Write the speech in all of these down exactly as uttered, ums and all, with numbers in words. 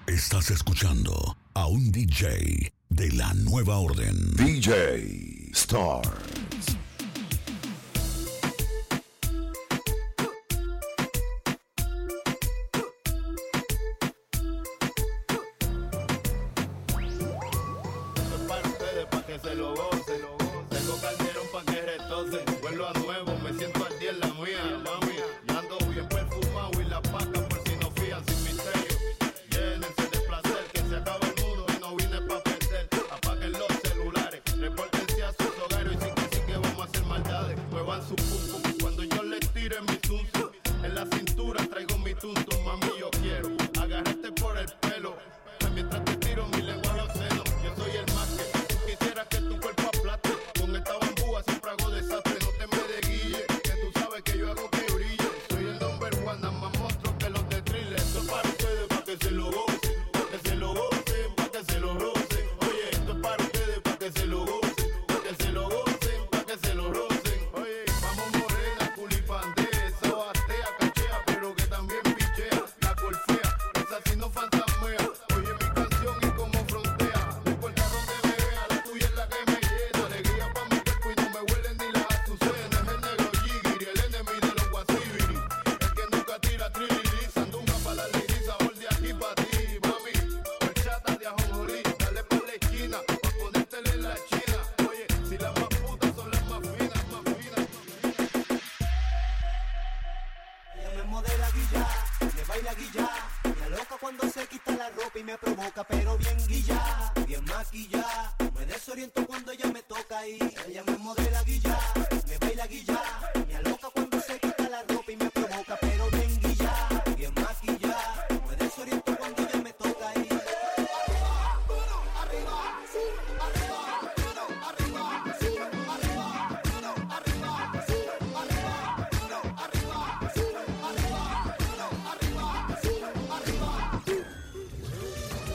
Estás escuchando a un D J de la nueva orden. D J Stars.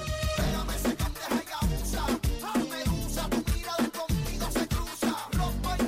Pégame ese cante, ay, abusa, me usa, tu mirada conmigo se cruza. Rompo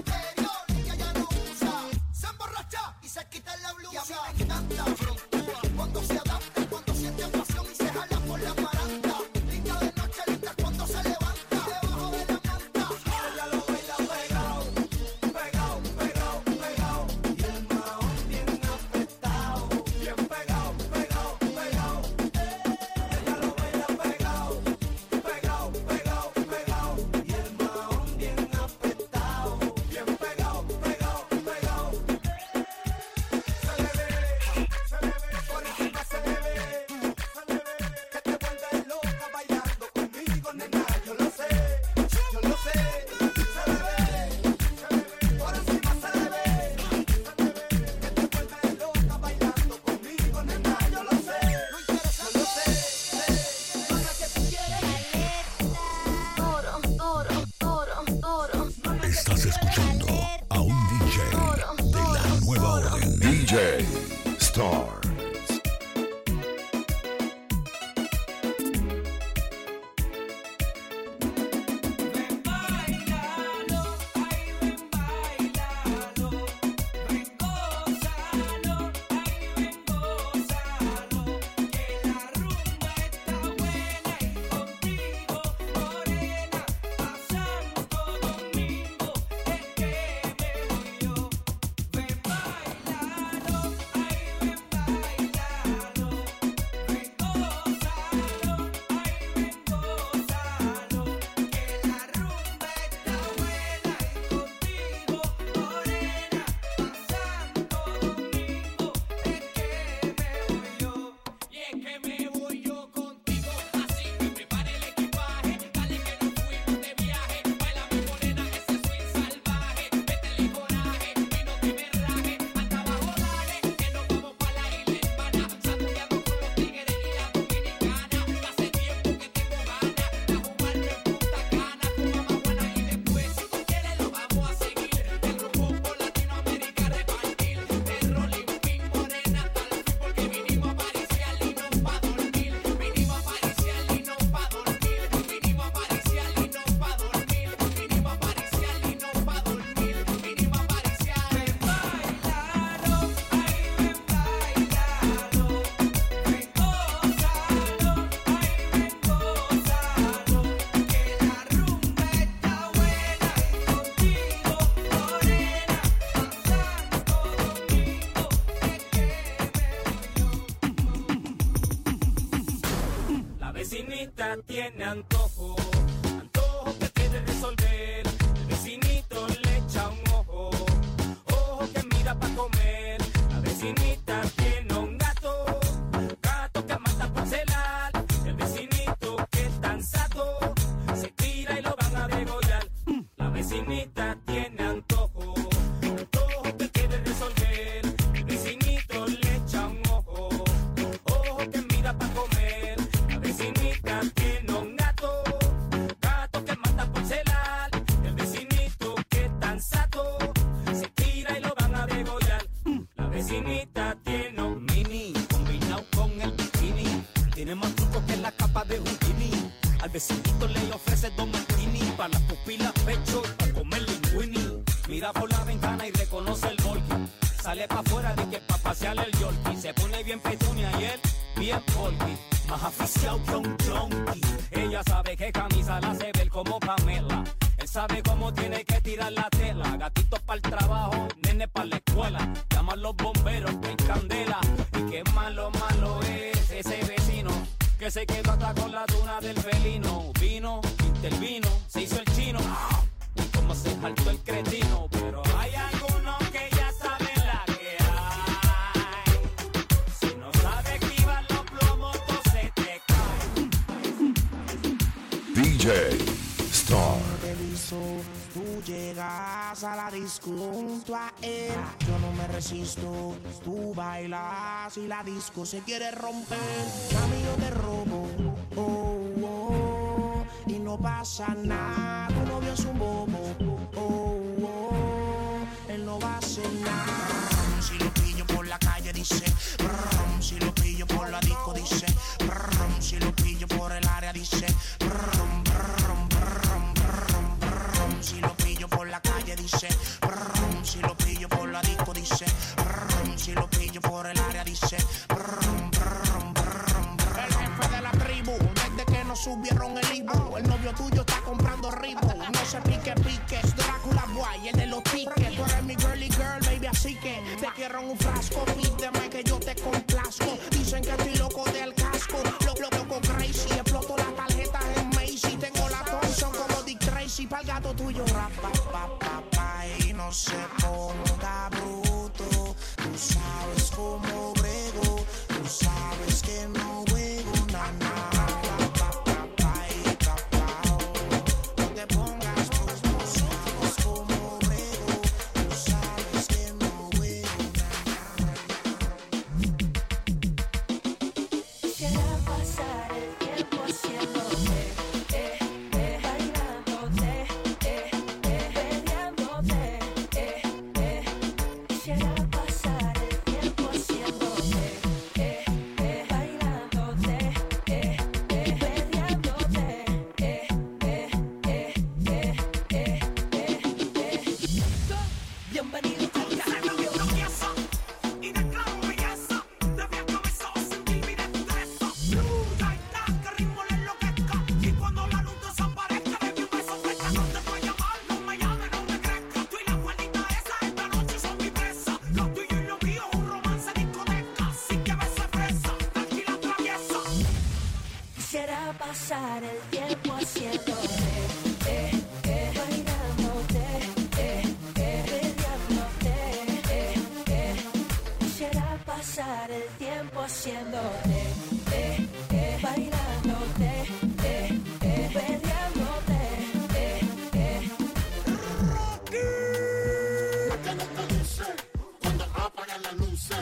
vecinita tiene antojo, antojo que quiere resolver. El vecinito le echa un ojo, ojo que mira pa' comer. La vecinita tiene un gato, gato que mata por celar. El vecinito que es tan sato, se tira y lo van a degollar. La vecinita tiene antojo, antojo que quiere resolver. El vecinito le echa un ojo, ojo que mira pa' comer. La vecinita tiene un gato, gato que mata por celar. El vecinito que es tan sato, se tira y lo van a degollar. La vecinita tiene un mini, combinado con el bikini. Tiene más trucos que la capa de Houdini. Al vecinito le ofrece dos martini, para las pupilas pecho, para comer linguini. Mira por la ventana y reconoce el volky. Sale pa' afuera de que pa' pasear el yorkie. Se pone bien petunia y él bien volky, más aficiado que un junkie. Ella sabe que camisa la hace ver como Pamela. Él sabe cómo tiene que tirar la tela. Gatitos para el trabajo, nene para la escuela. Llaman los bomberos en candela. Y qué malo, malo es ese vecino que se quedó hasta con la tuna del felino. Vino, intervino, se hizo el chino. Y como se saltó el cretino. Pero hay algunos que ya saben la que hay. Si no sabes esquivar los plomos, todo se te cae. D J Star. Tú llegas a la disco junto a él, yo no me resisto. Tú bailas y la disco se quiere romper. Mami, yo te robo, oh, oh, y no pasa nada. Tu novio es un bobo, oh, oh, él no va a hacer nada. Si lo pillo por la calle dice, brum, si lo pillo por la disco dice, brum, si lo pillo por el área dice, brum, brum, brum, brum, brum, si lo pillo por la calle dice, brum, si lo pillo por la disco dice, brum, si lo pillo por el área dice, brum, brum, brum, brum. El jefe de la tribu, desde que nos subieron el Ibu, el novio tuyo está comprando Ribu. No se pique piques, Drácula Boy, el de los tickets. Tú eres mi girly girl, baby, así que te quiero en un frasco, pídeme que yo te complazco. Dicen que estoy loco del casco, loco, loco, crazy. Exploto las tarjetas en Macy, tengo la Thompson como Dick Tracy. Pa'l gato tuyo, rap, pa, pa, pa, pa, y no se ponga bruto. Tú sabes cómo brego, tú sabes que no juego, na, na. Pasar el tiempo haciendo eh, eh, eh, bailándote, eh, eh, peleándote, eh, eh. Quisiera pasar el tiempo haciéndote, eh, eh, bailándote, eh, eh, peleándote, eh, eh. Rocky, ¿por qué no te dice cuando apagan las luces?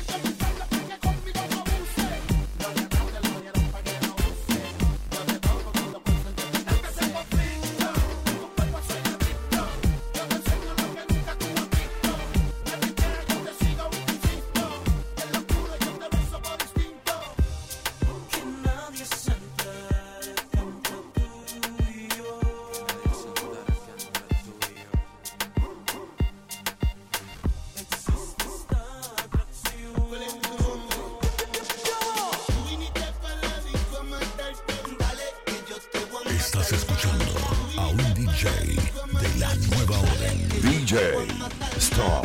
Estás escuchando a un D J de la nueva orden. D J Star.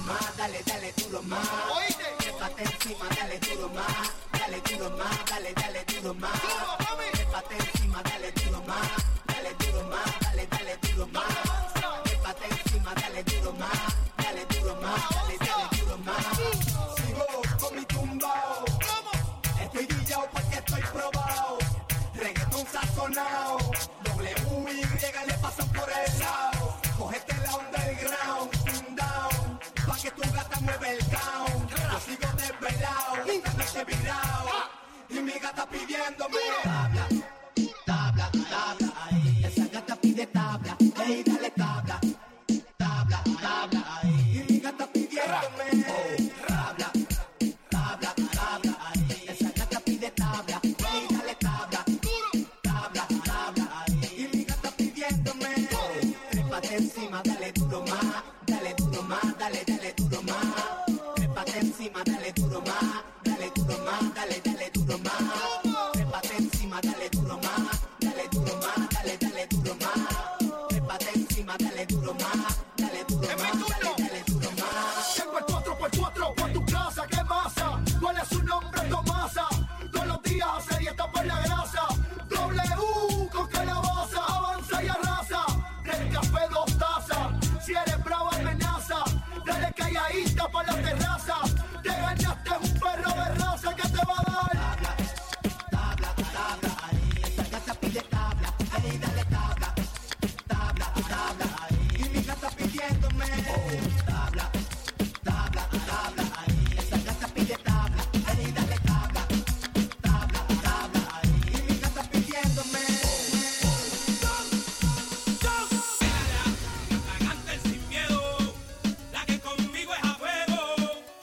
más, dale, dale duro más. Trépate encima, dale duro más, dale duro más, dale, dale duro más. Trépate encima, dale duro más, dale duro más, dale, dale duro más. Trépate encima, dale duro más, dale duro más, dale, dale duro más. Sigo con mi tumbao, estoy guillao porque estoy probado. Reggaetón sazonao, W y le pasan por el lado. Cogete la underground, un down, pa' que tu gata mueve el down. Yo sigo desvelado, esta noche virao, y mi gata pidiéndome tabla, tabla, tabla, ahí. Esa gata pide tabla, ey, dale tabla, tabla, tabla, ahí. Y mi gata pidiéndome tabla, tabla, tabla, ahí. Esa gata pide tabla, ey, dale tabla, tabla, tabla, ahí. Y mi gata pidiéndome trépate encima, dale duro más, dale duro más, dale, dale duro más. Trépate encima, dale duro más, dale duro más, dale, dale duro más. Trépate encima, dale duro más, dale duro más, dale, dale duro más. Trépate encima, dale duro más, dale duro más, dale, dale duro más. Tengo el cuatro por cuatro por tu casa, ¿qué pasa? ¿Cuál es su nombre, Tomasa? Todos los días hace dieta por la grasa. W con calabaza, avanza y arrasa. Del café dos tazas, si eres bravo amenaza. Dale calladita pa' la terraza. Te ganaste un perro de raza que te va a dar Tabla, tabla, ahí. Esa gata pide tabla, ahí dale tabla, tabla, tabla, ahí. Y mi gata pidiéndome tabla, tabla, tabla, ahí. Esa gata pide tabla, ahí dale tabla, tabla, tabla, ahí. Y mi gata pidiéndome La cante sin miedo, la que conmigo es a fuego.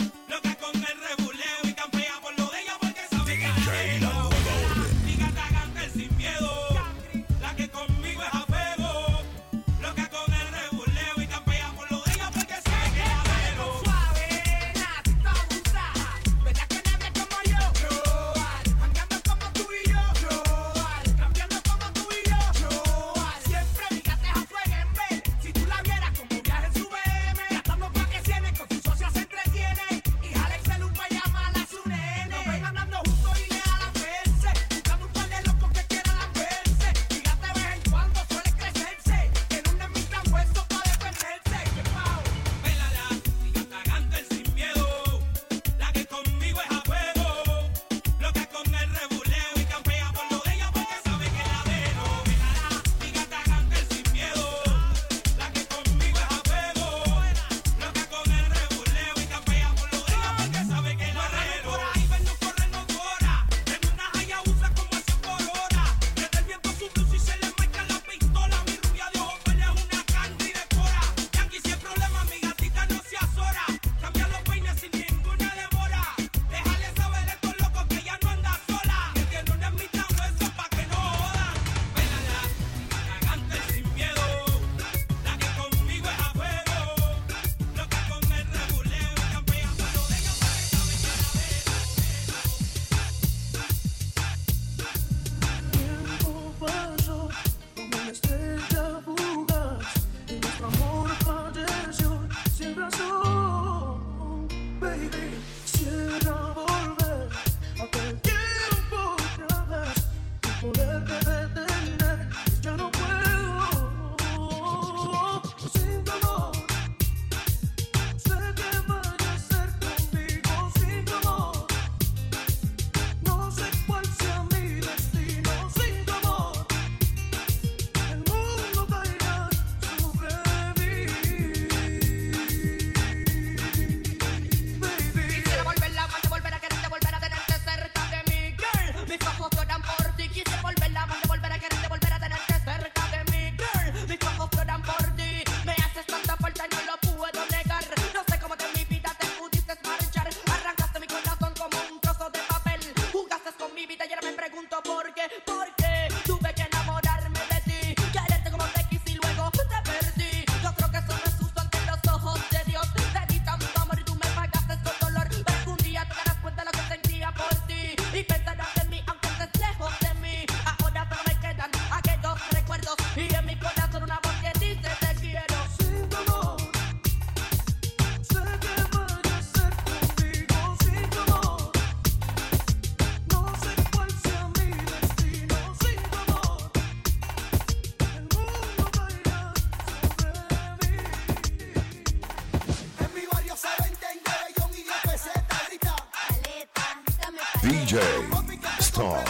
D J Star.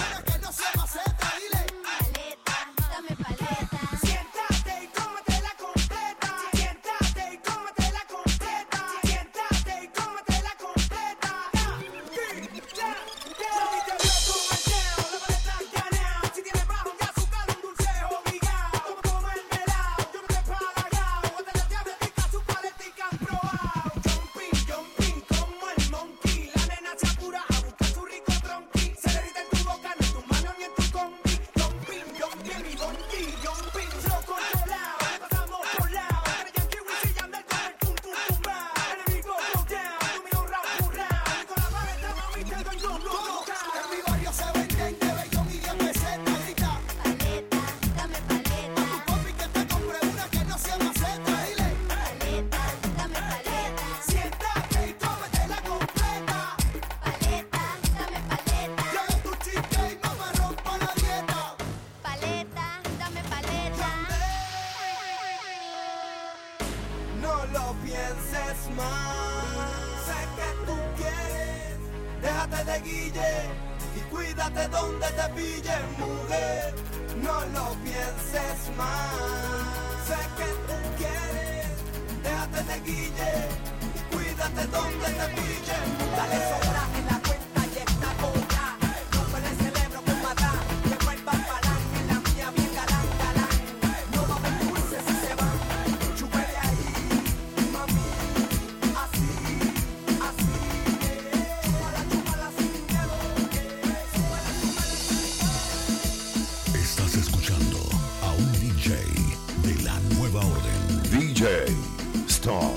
de guille y cuídate donde te pille, mujer. No lo pienses más. Sé que tú quieres, déjate de guille y cuídate donde te pille. Dale sobra en la cuenta y está coja. No me le celebro con matar. Que vuelva para adelante, la mía bien galán, galán. No va a haber dulces si se van. Chúpele ahí, mami. Así, así. Chúpala, chúpala sin miedo. Chúpala, chúpala sin miedo. Estás escuchando a un D J de la nueva orden. D J Star.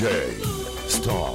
D J Star.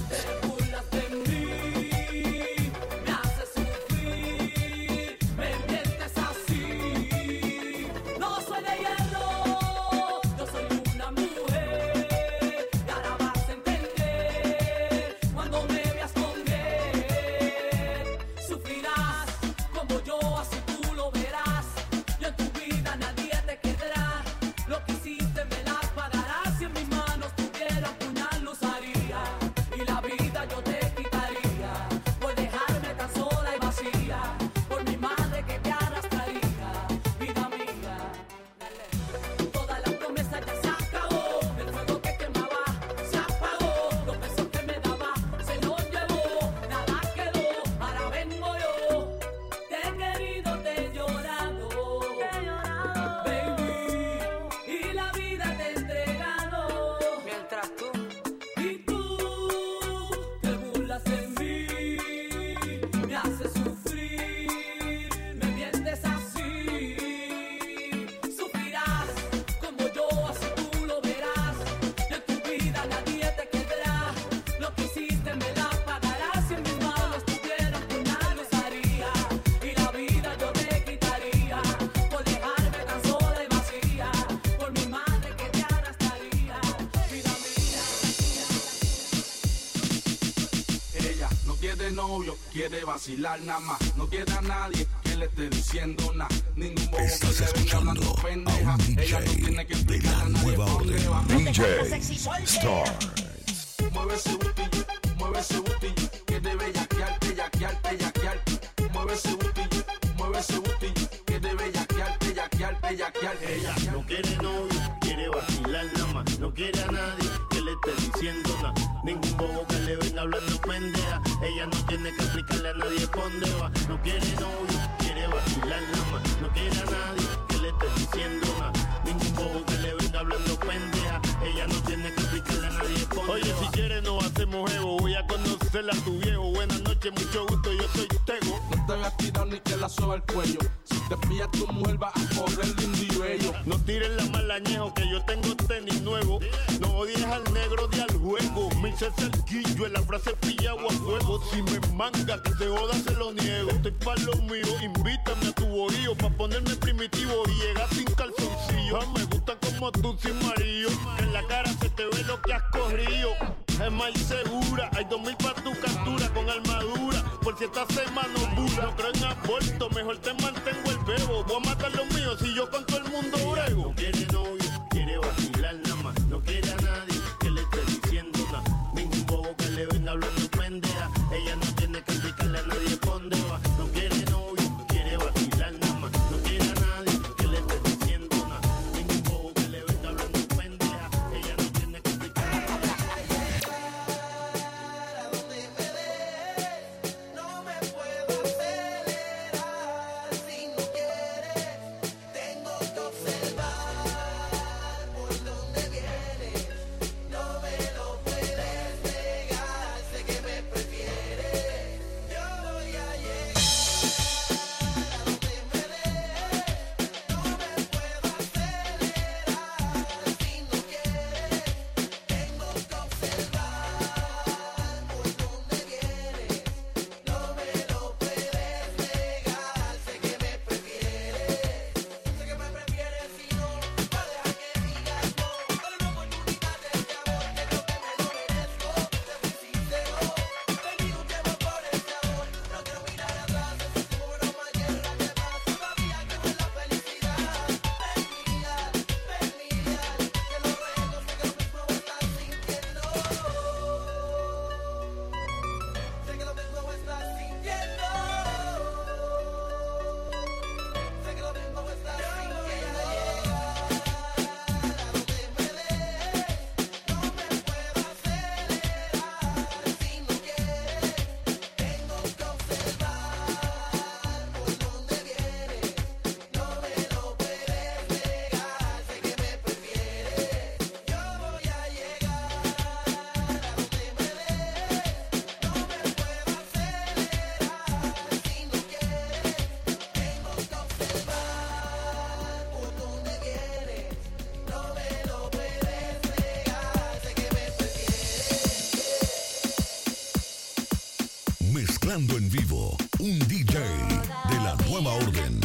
Novio quiere vacilar nada más, no quiere a nadie que le esté diciendo nada, ningún bobo Estás que le venga hablando pendeja, ella no tiene que explicar a nadie por dónde va. D J Star. Mueve ese butillo, mueve ese butillo, que te bellaquearte, yaquearte, yaquearte. Mueve ese butillo, mueve ese butillo, que te bellaquearte, yaquearte, yaquearte. Ella no quiere novio, quiere vacilar nada más, no quiere a nadie que le esté diciendo nada, ningún bobo que le venga hablando pendeja, ella no tiene que explicarle a nadie por dónde va. No quiere novio, quiere vacilar nada más, no quiere a nadie que le esté diciendo nada, ningún bobo que le venga hablando pendeja, ella no tiene que explicarle a nadie por dónde va. Oye, si quieres no hacemos jevo, voy a conocerla a tu viejo. Buenas noches, mucho gusto, yo soy Tego. No te hagas tirar ni que la soba el cuello, si te pilla tu mujer va a correr lindo y bello. No tires la malañejo que yo tengo tenis nuevo, no odies al negro de al juego, me hice cerquillo en la frase pillado a fuego. Si me manga que se joda se lo niego, estoy pa' lo mío, invítame a tu bohío pa' ponerme primitivo y llegar sin calzoncillo. Ah, me gusta como tú sin marido, que en la cara se te ve lo que has corrido. Es más insegura, hay dos mil pa' tu captura con armadura, por si esta semana burla. No creo en aborto, mejor te mantengo el bebo, voy a matar los míos si yo con todo el mundo brego. No quiere novio, quiere vacilar nada más, no quiere a nadie que le esté diciendo nada, ningún bobo que le venga hablando pendeja, ella no tiene que explicarle a nadie por dónde va. No quiere novio, quiere vacilar nada más, no quiere a nadie que le esté diciendo nada, ningún bobo que le venga hablando pendeja, ella no tiene que explicarle a nadie. No me puedo acelerar si no quieres. Tengo que observar por dónde vienes. No me lo puedes negar. Sé que Mezclando en vivo, un D J de la nueva orden.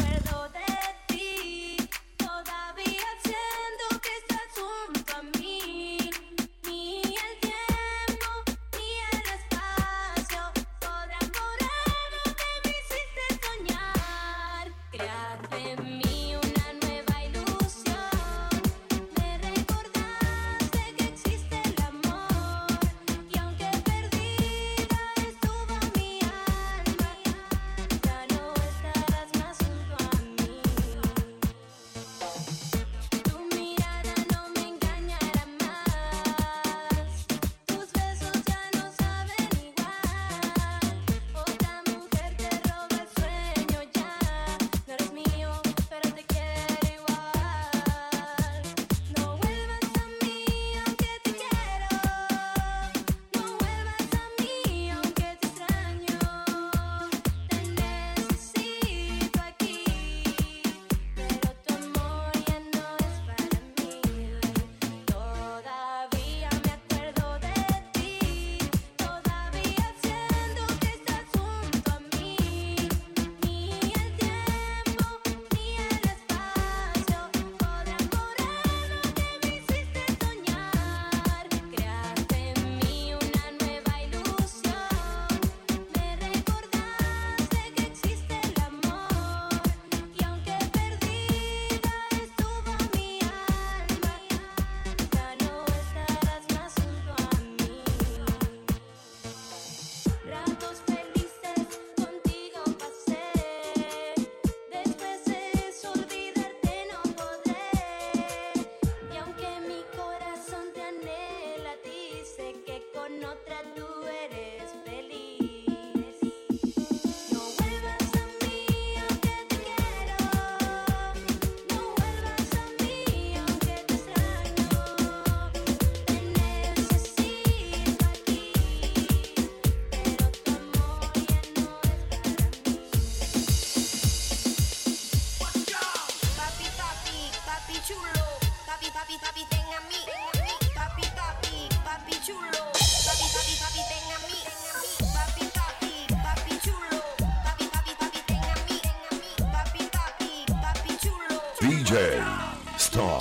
D J Star.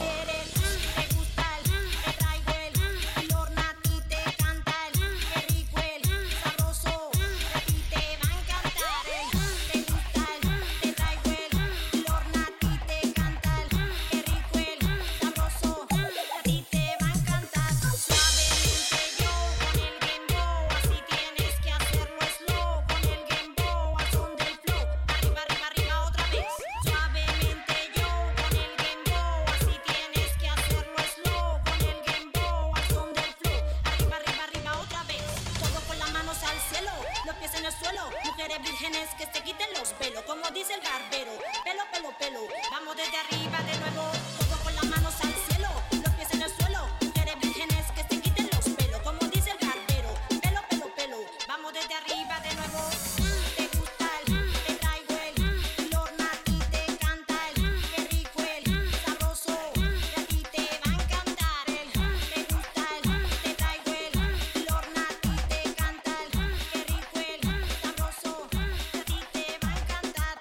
Mujeres vírgenes que se quiten los pelos, como dice el barbero. Pelo, pelo, pelo, vamos desde arriba de nuevo. Todo con las manos al cielo, los pies en el suelo. Mujeres vírgenes que se quiten los pelos, como dice el barbero. Pelo, pelo, pelo, vamos desde arriba de nuevo. Te gusta el, te traigo el, Lorna a ti te canta el, qué rico el, sabroso, y a ti te va a encantar el. Te gusta el, te traigo el, Lorna a ti te canta el, qué rico el, sabroso, y a ti te va a encantar.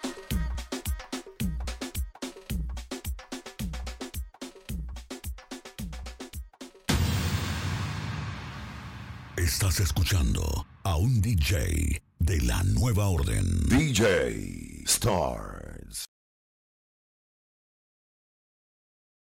Estás escuchando a un D J de la nueva orden. D J Star.